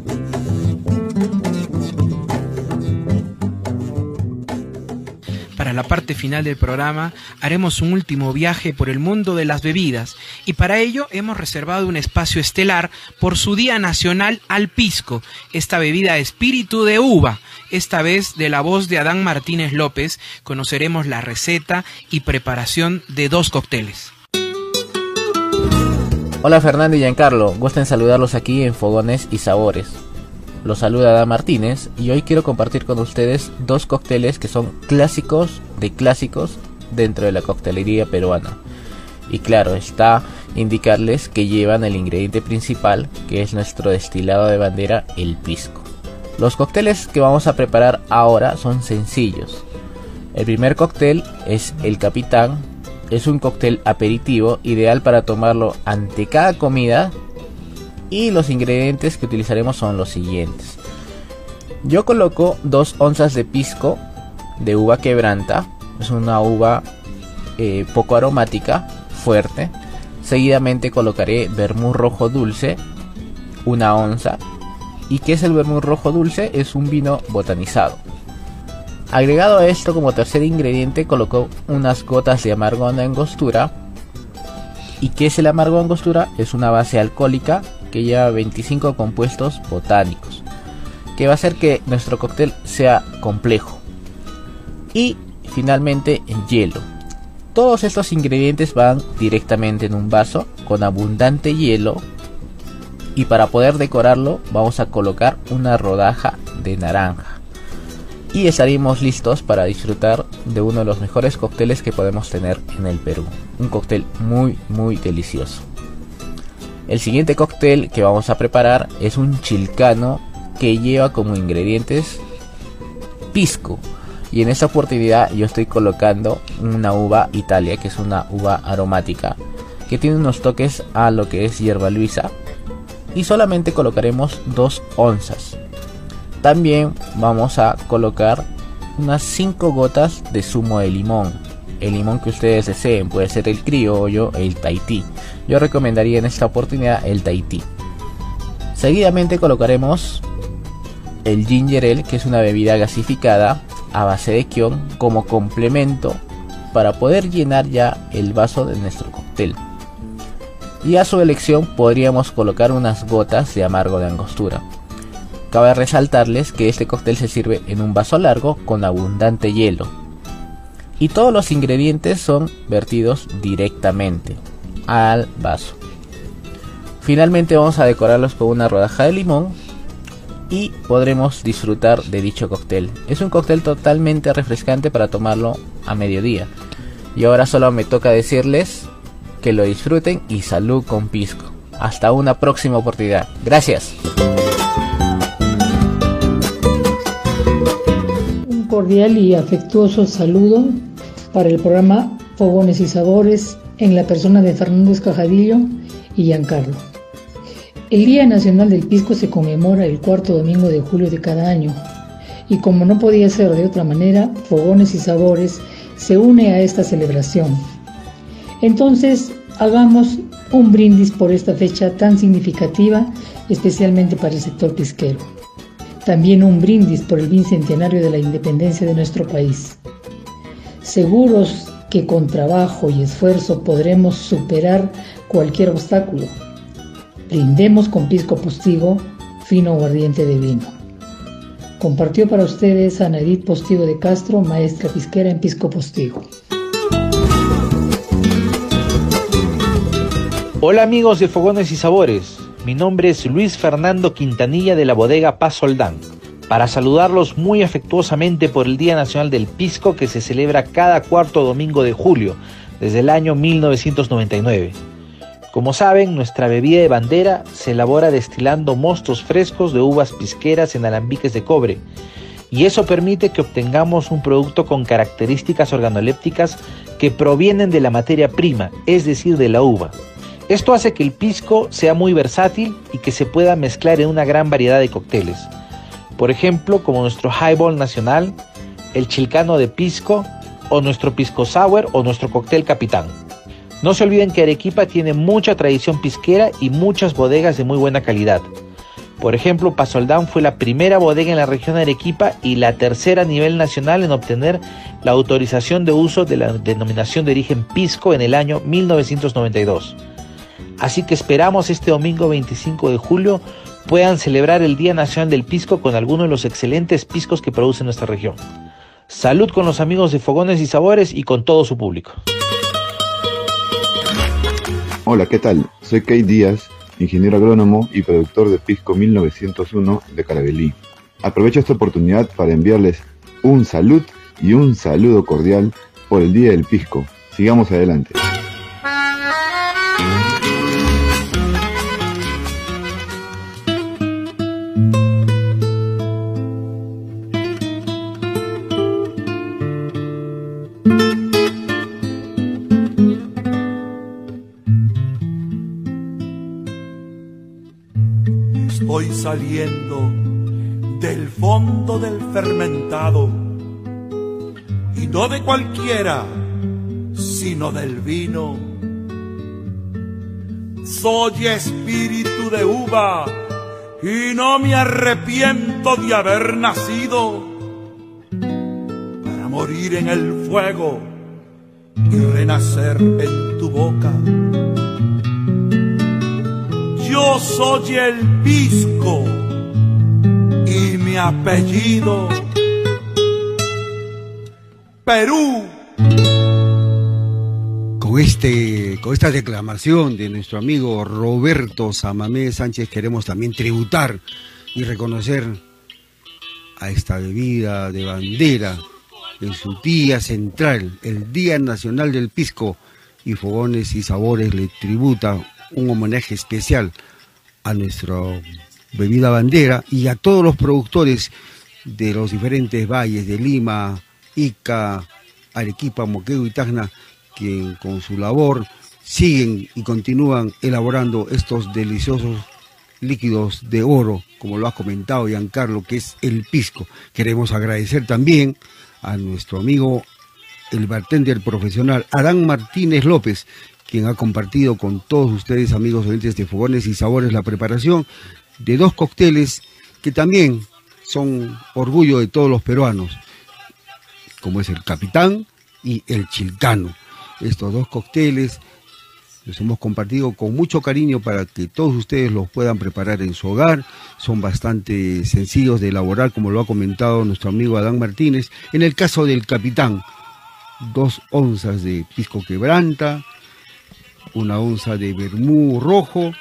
Para para la parte final del programa haremos un último viaje por el mundo de las bebidas y para ello hemos reservado un espacio estelar por su Día Nacional al Pisco, esta bebida espíritu de uva. Esta vez de la voz de Adán Martínez López conoceremos la receta y preparación de dos cócteles. Hola Fernando y Giancarlo, gusto en saludarlos aquí en Fogones y Sabores. Los saluda Adán Martínez y hoy quiero compartir con ustedes dos cócteles que son clásicos de clásicos dentro de la coctelería peruana. Y claro, está indicarles que llevan el ingrediente principal, que es nuestro destilado de bandera, el pisco. Los cócteles que vamos a preparar ahora son sencillos. El primer cóctel es el Capitán. Es un cóctel aperitivo ideal para tomarlo ante cada comida. Y los ingredientes que utilizaremos son los siguientes. Yo coloco dos onzas de pisco de uva quebranta. Es una uva eh, poco aromática, fuerte. Seguidamente colocaré vermut rojo dulce, una onza. ¿Y qué es el vermut rojo dulce? Es un vino botanizado. Agregado a esto como tercer ingrediente coloco unas gotas de amargo de angostura. ¿Y qué es el amargo de angostura? Es una base alcohólica que lleva veinticinco compuestos botánicos, que va a hacer que nuestro cóctel sea complejo. Y finalmente hielo. Todos estos ingredientes van directamente en un vaso con abundante hielo. Y para poder decorarlo vamos a colocar una rodaja de naranja. Y estaremos listos para disfrutar de uno de los mejores cócteles que podemos tener en el Perú. Un cóctel muy muy delicioso. El siguiente cóctel que vamos a preparar es un chilcano que lleva como ingredientes pisco. Y en esta oportunidad yo estoy colocando una uva Italia, que es una uva aromática, que tiene unos toques a lo que es hierba luisa. Y solamente colocaremos dos onzas. También vamos a colocar unas cinco gotas de zumo de limón. El limón que ustedes deseen, puede ser el criollo o el Tahití. Yo recomendaría en esta oportunidad el Tahití. Seguidamente colocaremos el ginger ale, que es una bebida gasificada a base de kion, como complemento para poder llenar ya el vaso de nuestro cóctel. Y a su elección podríamos colocar unas gotas de amargo de angostura. Cabe resaltarles que este cóctel se sirve en un vaso largo con abundante hielo. Y todos los ingredientes son vertidos directamente al vaso. Finalmente vamos a decorarlos con una rodaja de limón y podremos disfrutar de dicho cóctel. Es un cóctel totalmente refrescante para tomarlo a mediodía. Y ahora solo me toca decirles que lo disfruten y salud con pisco. Hasta una próxima oportunidad. Gracias. Un cordial y afectuoso saludo para el programa Fogones y Sabores en la persona de Fernando Escajadillo y Giancarlo. El Día Nacional del Pisco se conmemora el cuarto domingo de julio de cada año y como no podía ser de otra manera, Fogones y Sabores se une a esta celebración. Entonces, hagamos un brindis por esta fecha tan significativa, especialmente para el sector pisquero. También un brindis por el bicentenario de la independencia de nuestro país. Seguros que con trabajo y esfuerzo podremos superar cualquier obstáculo. Brindemos con pisco postigo, fino aguardiente de vino. Compartió para ustedes Ana Edith Postigo de Castro, maestra pisquera en pisco postigo. Hola amigos de Fogones y Sabores, mi nombre es Luis Fernando Quintanilla de la bodega Paz Soldán, para saludarlos muy afectuosamente por el Día Nacional del Pisco que se celebra cada cuarto domingo de julio, desde el año mil novecientos noventa y nueve. Como saben, nuestra bebida de bandera se elabora destilando mostos frescos de uvas pisqueras en alambiques de cobre, y eso permite que obtengamos un producto con características organolépticas que provienen de la materia prima, es decir, de la uva. Esto hace que el pisco sea muy versátil y que se pueda mezclar en una gran variedad de cócteles. Por ejemplo, como nuestro highball nacional, el chilcano de pisco, o nuestro pisco sour o nuestro cóctel Capitán. No se olviden que Arequipa tiene mucha tradición pisquera y muchas bodegas de muy buena calidad. Por ejemplo, Pasoldán fue la primera bodega en la región de Arequipa y la tercera a nivel nacional en obtener la autorización de uso de la denominación de origen Pisco en el año mil novecientos noventa y dos. Así que esperamos este domingo veinticinco de julio puedan celebrar el Día Nacional del Pisco con algunos de los excelentes piscos que produce nuestra región. Salud con los amigos de Fogones y Sabores y con todo su público. Hola, ¿qué tal? Soy Kay Díaz, ingeniero agrónomo y productor de Pisco mil novecientos uno de Caravelí. Aprovecho esta oportunidad para enviarles un salud y un saludo cordial por el Día del Pisco. Sigamos adelante. Estoy saliendo del fondo del fermentado, y no de cualquiera, sino del vino. Soy espíritu de uva y no me arrepiento de haber nacido para morir en el fuego y renacer en tu boca. Yo soy el Pisco y mi apellido Perú. Con, este, con esta declamación de nuestro amigo Roberto Samamé Sánchez queremos también tributar y reconocer a esta bebida de bandera en su día central, el Día Nacional del Pisco, y Fogones y Sabores le tributa un homenaje especial a nuestra bebida bandera y a todos los productores de los diferentes valles de Lima, Ica, Arequipa, Moquegua y Tacna, que con su labor siguen y continúan elaborando estos deliciosos líquidos de oro, como lo ha comentado Giancarlo, que es el pisco. Queremos agradecer también a nuestro amigo, el bartender profesional Adán Martínez López, quien ha compartido con todos ustedes, amigos oyentes de Fogones y Sabores, la preparación de dos cócteles que también son orgullo de todos los peruanos, como es el Capitán y el Chilcano. Estos dos cócteles los hemos compartido con mucho cariño para que todos ustedes los puedan preparar en su hogar. Son bastante sencillos de elaborar, como lo ha comentado nuestro amigo Adán Martínez. En el caso del Capitán, dos onzas de pisco quebranta, una onza de vermú rojo,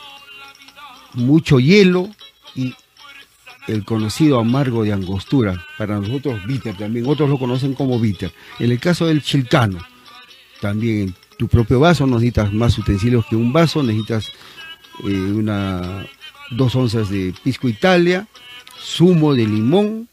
mucho hielo y el conocido amargo de Angostura, para nosotros bitter también, otros lo conocen como bitter. En el caso del Chilcano, también en tu propio vaso, no necesitas más utensilios que un vaso, necesitas eh, una, dos onzas de pisco Italia, zumo de limón,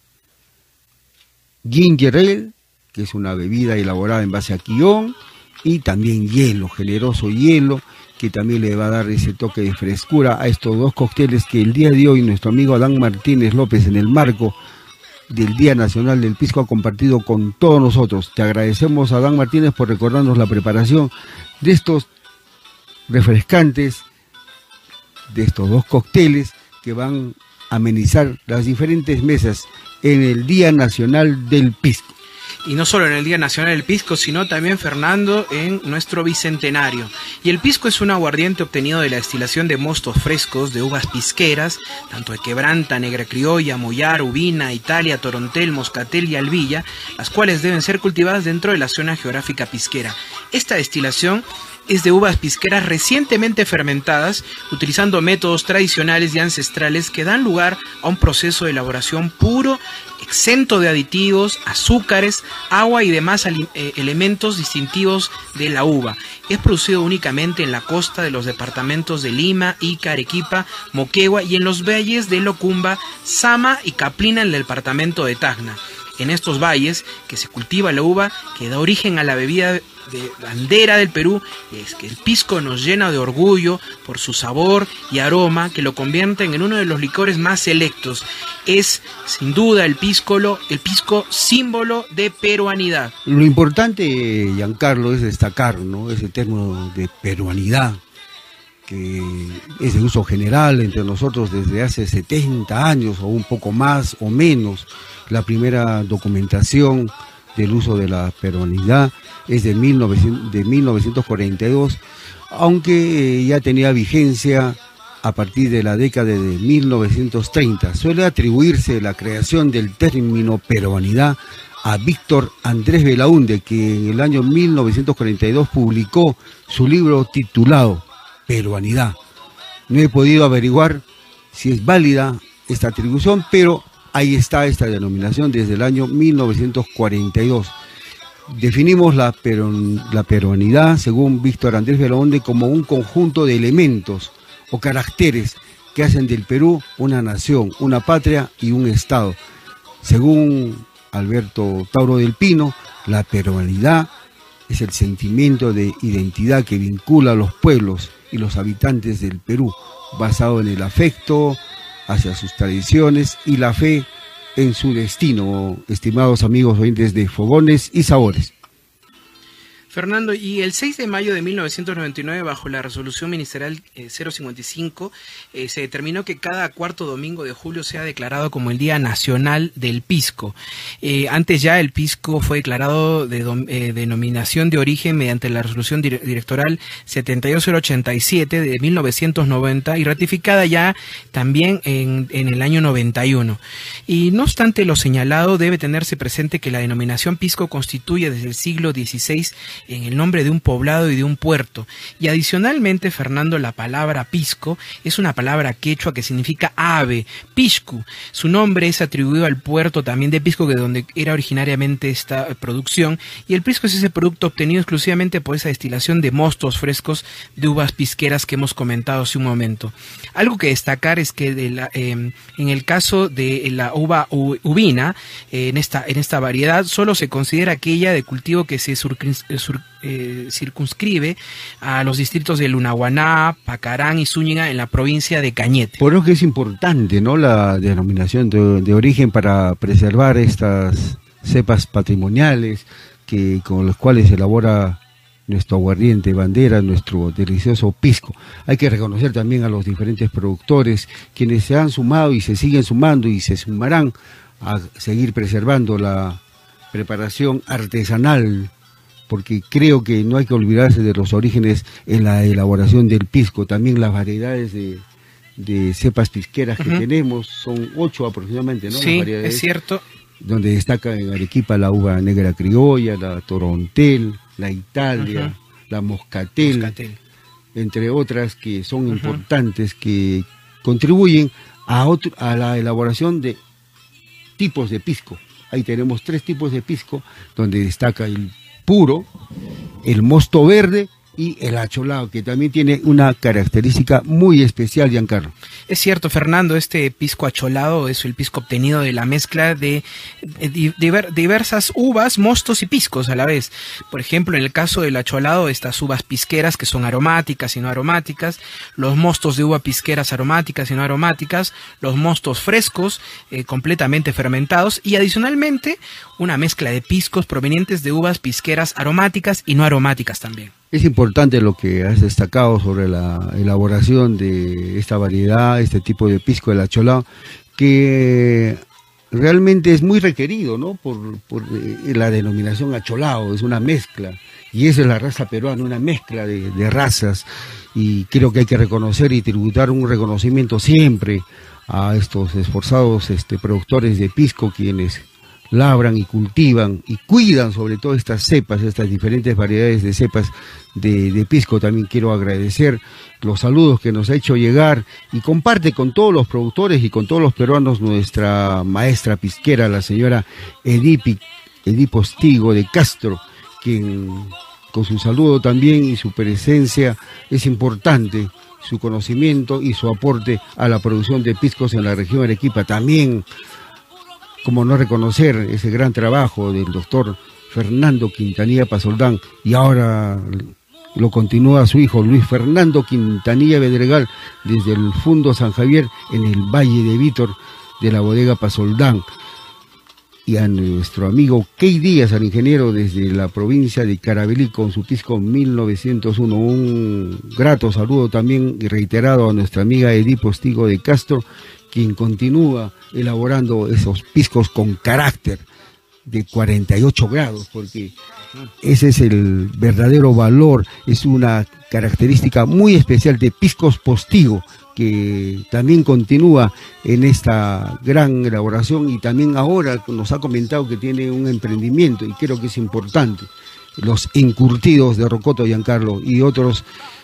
ginger ale, que es una bebida elaborada en base a quión, y también hielo, generoso hielo, que también le va a dar ese toque de frescura a estos dos cócteles que el día de hoy nuestro amigo Adán Martínez López, en el marco del Día Nacional del Pisco, ha compartido con todos nosotros. Te agradecemos, Adán Martínez, por recordarnos la preparación de estos refrescantes, de estos dos cócteles que van a amenizar las diferentes mesas en el Día Nacional del Pisco. Y no solo en el Día Nacional del Pisco, sino también, Fernando, en nuestro bicentenario. Y el pisco es un aguardiente obtenido de la destilación de mostos frescos de uvas pisqueras, tanto de quebranta, negra criolla, mollar, uvina, Italia, torontel, moscatel y albilla, las cuales deben ser cultivadas dentro de la zona geográfica pisquera. Esta destilación es de uvas pisqueras recientemente fermentadas, utilizando métodos tradicionales y ancestrales que dan lugar a un proceso de elaboración puro, exento de aditivos, azúcares, agua y demás eh, elementos distintivos de la uva. Es producido únicamente en la costa de los departamentos de Lima, Ica, Arequipa, Moquegua y en los valles de Locumba, Sama y Caplina en el departamento de Tacna. En estos valles que se cultiva la uva que da origen a la bebida de bandera del Perú, es que el pisco nos llena de orgullo por su sabor y aroma que lo convierten en uno de los licores más selectos. Es sin duda el pisco, el pisco símbolo de peruanidad. Lo importante, Giancarlo, es destacar, ¿no?, ese término de peruanidad, que es de uso general entre nosotros desde hace setenta años o un poco más o menos. La primera documentación del uso de la peruanidad es de, mil novecientos cuarenta y dos, aunque ya tenía vigencia a partir de la década de mil novecientos treinta. Suele atribuirse la creación del término peruanidad a Víctor Andrés Belaúnde, que en el año mil novecientos cuarenta y dos publicó su libro titulado Peruanidad. No he podido averiguar si es válida esta atribución, pero ahí está esta denominación desde el año mil novecientos cuarenta y dos. Definimos la, peron, la peruanidad, según Víctor Andrés Belaúnde, como un conjunto de elementos o caracteres que hacen del Perú una nación, una patria y un Estado. Según Alberto Tauro del Pino, la peruanidad es el sentimiento de identidad que vincula a los pueblos y los habitantes del Perú, basado en el afecto hacia sus tradiciones y la fe en su destino, estimados amigos oyentes de Fogones y Sabores. Fernando, y el seis de mayo de mil novecientos noventa y nueve, bajo la resolución ministerial eh, cero cincuenta y cinco, eh, se determinó que cada cuarto domingo de julio sea declarado como el Día Nacional del Pisco. Eh, antes ya el pisco fue declarado de eh, denominación de origen mediante la resolución dire directoral setenta y dos mil ochenta y siete de mil novecientos noventa y ratificada ya también en, en el año noventa y uno. Y no obstante lo señalado, debe tenerse presente que la denominación pisco constituye desde el siglo dieciséis en el nombre de un poblado y de un puerto. Y adicionalmente, Fernando, la palabra pisco es una palabra quechua que significa ave, piscu. Su nombre es atribuido al puerto también de Pisco, que de donde era originariamente esta producción, y el pisco es ese producto obtenido exclusivamente por esa destilación de mostos frescos de uvas pisqueras que hemos comentado hace un momento. Algo que destacar es que de la, eh, en el caso de la uva uvina, eh, en, esta, en esta variedad, solo se considera aquella de cultivo que se sur, eh, circunscribe a los distritos de Lunahuaná, Pacarán y Zúñiga en la provincia de Cañete. Por eso que es importante, ¿no?, la denominación de, de origen para preservar estas cepas patrimoniales que con las cuales se elabora nuestro aguardiente bandera, nuestro delicioso pisco. Hay que reconocer también a los diferentes productores quienes se han sumado y se siguen sumando y se sumarán a seguir preservando la preparación artesanal, porque creo que no hay que olvidarse de los orígenes en la elaboración del pisco. También las variedades de, de cepas pisqueras que uh-huh. tenemos, son ocho aproximadamente, ¿no? Sí, las variedades, es cierto. Donde destaca en Arequipa la uva negra criolla, la torontel, la Italia, uh-huh. la moscatel, moscatel, entre otras que son uh-huh. importantes, que contribuyen a, otro, a la elaboración de tipos de pisco. Ahí tenemos tres tipos de pisco, donde destaca el puro, el mosto verde y el acholado, que también tiene una característica muy especial, Giancarlo. Es cierto, Fernando, este pisco acholado es el pisco obtenido de la mezcla de diver, diversas uvas, mostos y piscos a la vez. Por ejemplo, en el caso del acholado, estas uvas pisqueras que son aromáticas y no aromáticas, los mostos de uva pisqueras aromáticas y no aromáticas, los mostos frescos eh, completamente fermentados y adicionalmente una mezcla de piscos provenientes de uvas pisqueras aromáticas y no aromáticas también. Es importante lo que has destacado sobre la elaboración de esta variedad, este tipo de pisco del acholado, que realmente es muy requerido, ¿no?, por, por eh, la denominación acholado, es una mezcla, y esa es la raza peruana, una mezcla de, de razas, y creo que hay que reconocer y tributar un reconocimiento siempre a estos esforzados este, productores de pisco, quienes labran y cultivan y cuidan sobre todo estas cepas, estas diferentes variedades de cepas de, de pisco. También quiero agradecer los saludos que nos ha hecho llegar y comparte con todos los productores y con todos los peruanos nuestra maestra pisquera, la señora Edipi, Edip Postigo de Castro, quien con su saludo también y su presencia es importante, su conocimiento y su aporte a la producción de piscos en la región de Arequipa. También, como no reconocer ese gran trabajo del doctor Fernando Quintanilla Pasoldán, y ahora lo continúa su hijo Luis Fernando Quintanilla Bedregal desde el Fundo San Javier en el Valle de Vítor de la bodega Pasoldán. y a nuestro amigo Key Díaz, al ingeniero desde la provincia de Caravelí con su pisco mil novecientos uno. Un grato saludo también y reiterado a nuestra amiga Edith Postigo de Castro, quien continúa elaborando esos piscos con carácter de cuarenta y ocho grados, porque ese es el verdadero valor, es una característica muy especial de Piscos Postigo, que también continúa en esta gran elaboración, y también ahora nos ha comentado que tiene un emprendimiento, y creo que es importante, los encurtidos de rocoto, Giancarlo, y otros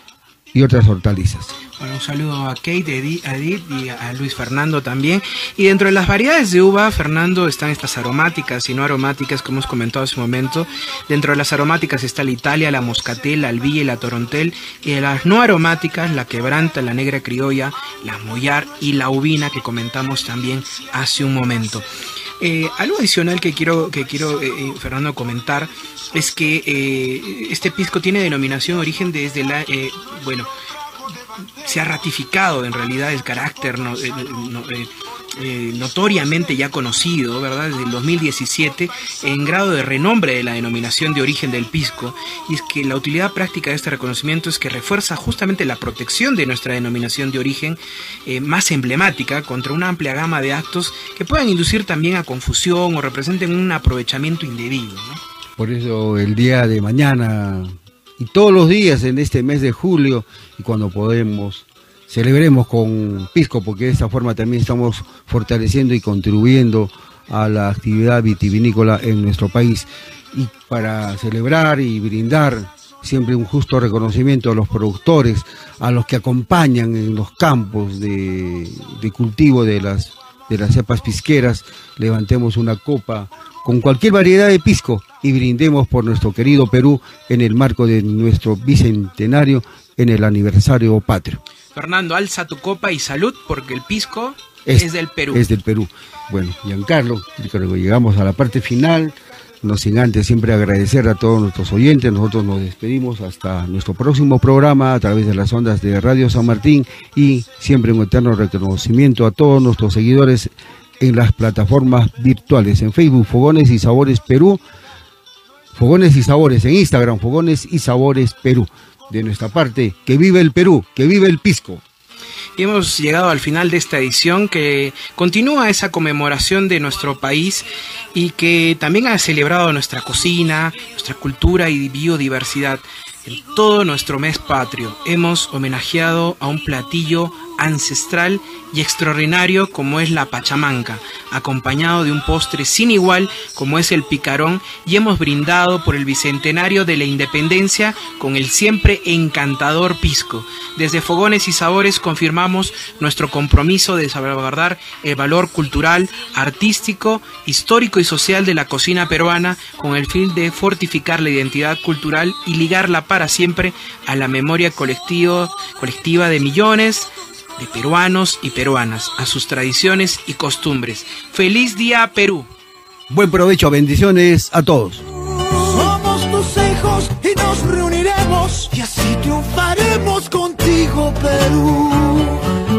y otras hortalizas. Bueno, un saludo a Kate, a Edith y a Luis Fernando también. Y dentro de las variedades de uva, Fernando, están estas aromáticas y no aromáticas que hemos comentado hace un momento. Dentro de las aromáticas está la Italia, la Moscatel, la Albilla y la Torontel. Y de las no aromáticas, la Quebranta, la Negra Criolla, la Mollar y la Uvina, que comentamos también hace un momento. Eh, algo adicional que quiero, que quiero eh, Fernando, comentar es que eh, este pisco tiene denominación de origen desde la, eh, bueno, se ha ratificado en realidad el carácter no, eh, no, eh, eh, notoriamente ya conocido, ¿verdad?, desde el dos mil diecisiete en grado de renombre de la denominación de origen del pisco, y es que la utilidad práctica de este reconocimiento es que refuerza justamente la protección de nuestra denominación de origen eh, más emblemática contra una amplia gama de actos que puedan inducir también a confusión o representen un aprovechamiento indebido, ¿no? Por eso el día de mañana y todos los días en este mes de julio, y cuando podemos, celebremos con pisco, porque de esta forma también estamos fortaleciendo y contribuyendo a la actividad vitivinícola en nuestro país. Y para celebrar y brindar siempre un justo reconocimiento a los productores, a los que acompañan en los campos de, de cultivo de las, de las cepas pisqueras, levantemos una copa con cualquier variedad de pisco y brindemos por nuestro querido Perú en el marco de nuestro bicentenario, en el aniversario patrio. Fernando, alza tu copa y salud, porque el pisco es, es del Perú. Es del Perú. Bueno, Giancarlo, creo que llegamos a la parte final, no sin antes siempre agradecer a todos nuestros oyentes. Nosotros nos despedimos hasta nuestro próximo programa a través de las ondas de Radio San Martín, y siempre un eterno reconocimiento a todos nuestros seguidores en las plataformas virtuales, en Facebook Fogones y Sabores Perú, Fogones y Sabores, en Instagram Fogones y Sabores Perú. De nuestra parte, que vive el Perú, que vive el pisco. Y hemos llegado al final de esta edición, que continúa esa conmemoración de nuestro país y que también ha celebrado nuestra cocina, nuestra cultura y biodiversidad. En todo nuestro mes patrio hemos homenajeado a un platillo ancestral y extraordinario como es la pachamanca, acompañado de un postre sin igual como es el picarón, y hemos brindado por el bicentenario de la independencia con el siempre encantador pisco. Desde Fogones y Sabores confirmamos nuestro compromiso de salvaguardar el valor cultural, artístico, histórico y social de la cocina peruana, con el fin de fortificar la identidad cultural y ligarla para siempre a la memoria colectiva, colectiva de millones de peruanos y peruanas, a sus tradiciones y costumbres. ¡Feliz día, Perú! Buen provecho, bendiciones a todos. Somos tus hijos y nos reuniremos, y así triunfaremos contigo, Perú.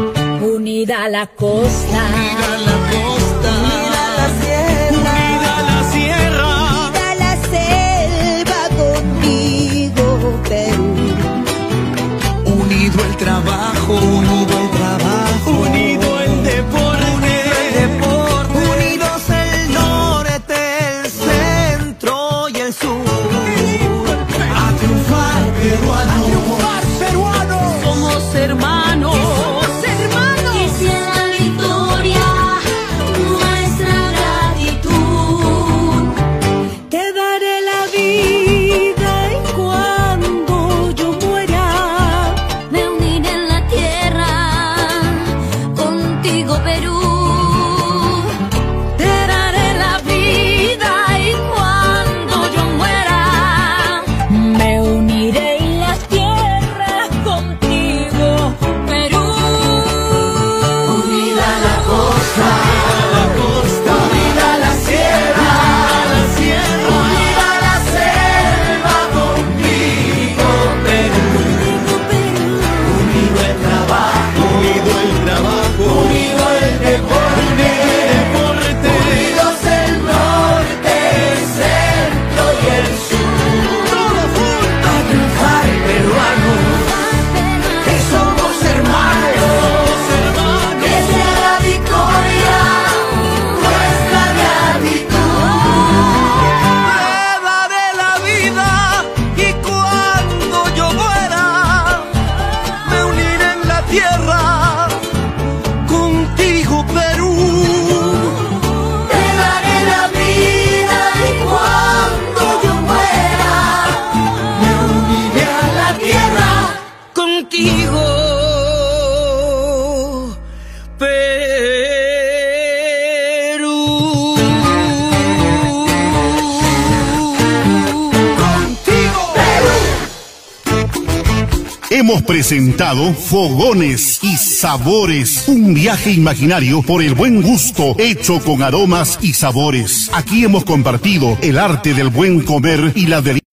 Unida la costa, unida la costa, unida la sierra, unida la sierra, unida la selva contigo, Perú. Unido el trabajo, unido el trabajo, unido el deporte, unido el deporte, unidos el norte, el centro y el sur. A triunfar, peruano, a triunfar, peruano. Somos hermanos, somos hermanos. Que sea la victoria hemos presentado Fogones y Sabores, un viaje imaginario por el buen gusto hecho con aromas y sabores. Aquí hemos compartido el arte del buen comer y la delicia.